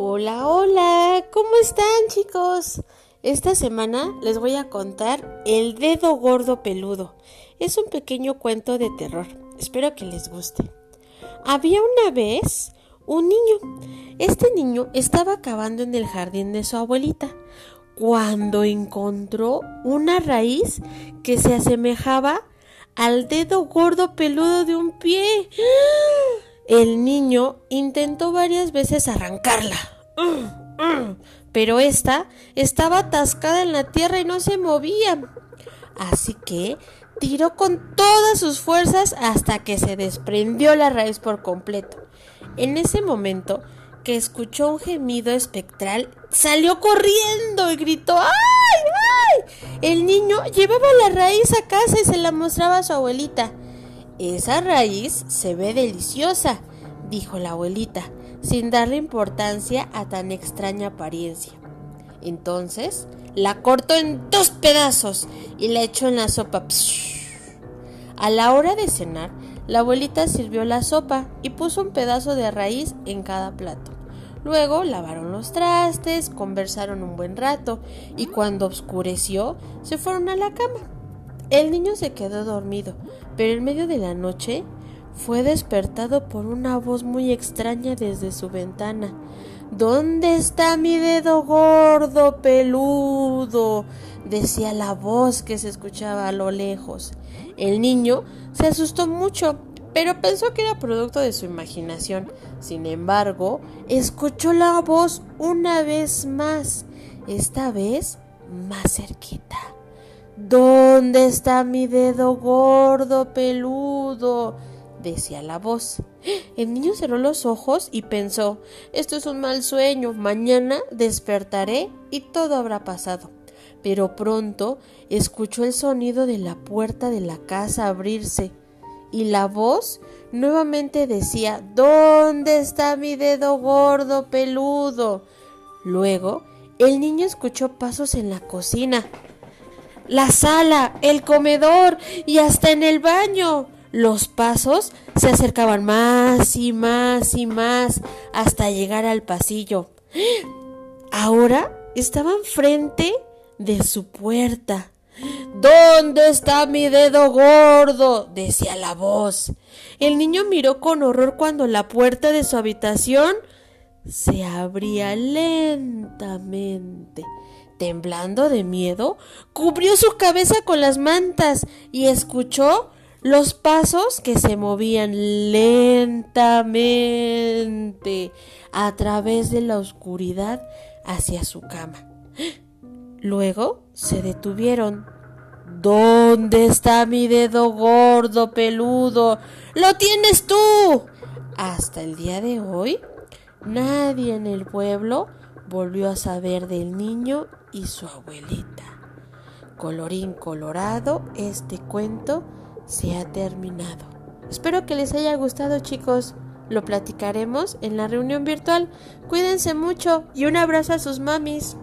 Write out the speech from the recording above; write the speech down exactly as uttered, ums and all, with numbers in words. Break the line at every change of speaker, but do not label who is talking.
Hola, hola, ¿cómo están, chicos? Esta semana les voy a contar El dedo gordo peludo. Es un pequeño cuento de terror. Espero que les guste. Había una vez un niño. Este niño estaba cavando en el jardín de su abuelita cuando encontró una raíz que se asemejaba al dedo gordo peludo de un pie. El niño intentó varias veces arrancarla, pero esta estaba atascada en la tierra y no se movía. Así que tiró con todas sus fuerzas hasta que se desprendió la raíz por completo. En ese momento que escuchó un gemido espectral, salió corriendo y gritó ¡ay, ay! El niño llevaba la raíz a casa y se la mostraba a su abuelita. Esa raíz se ve deliciosa, dijo la abuelita, sin darle importancia a tan extraña apariencia. Entonces la cortó en dos pedazos y la echó en la sopa. A la hora de cenar, la abuelita sirvió la sopa y puso un pedazo de raíz en cada plato. Luego lavaron los trastes, conversaron un buen rato y cuando oscureció se fueron a la cama. El niño se quedó dormido, pero en medio de la noche fue despertado por una voz muy extraña desde su ventana. ¿Dónde está mi dedo gordo peludo?, decía la voz que se escuchaba a lo lejos. El niño se asustó mucho, pero pensó que era producto de su imaginación. Sin embargo, escuchó la voz una vez más, esta vez más cerquita. ¿Dónde está mi dedo gordo peludo?, decía la voz. El niño cerró los ojos y pensó, esto es un mal sueño, mañana despertaré y todo habrá pasado. Pero pronto escuchó el sonido de la puerta de la casa abrirse y la voz nuevamente decía, ¿dónde está mi dedo gordo peludo? Luego el niño escuchó pasos en la cocina, la sala, el comedor y hasta en el baño. Los pasos se acercaban más y más y más hasta llegar al pasillo. Ahora estaban frente de su puerta. ¿Dónde está mi dedo gordo?, decía la voz. El niño miró con horror cuando la puerta de su habitación se abría lentamente. Temblando de miedo, cubrió su cabeza con las mantas y escuchó los pasos que se movían lentamente a través de la oscuridad hacia su cama. Luego se detuvieron. ¿Dónde está mi dedo gordo peludo? ¡Lo tienes tú! Hasta el día de hoy, nadie en el pueblo volvió a saber del niño y su abuelita. Colorín colorado, este cuento se ha terminado. Espero que les haya gustado, chicos. Lo platicaremos en la reunión virtual. Cuídense mucho y un abrazo a sus mamis.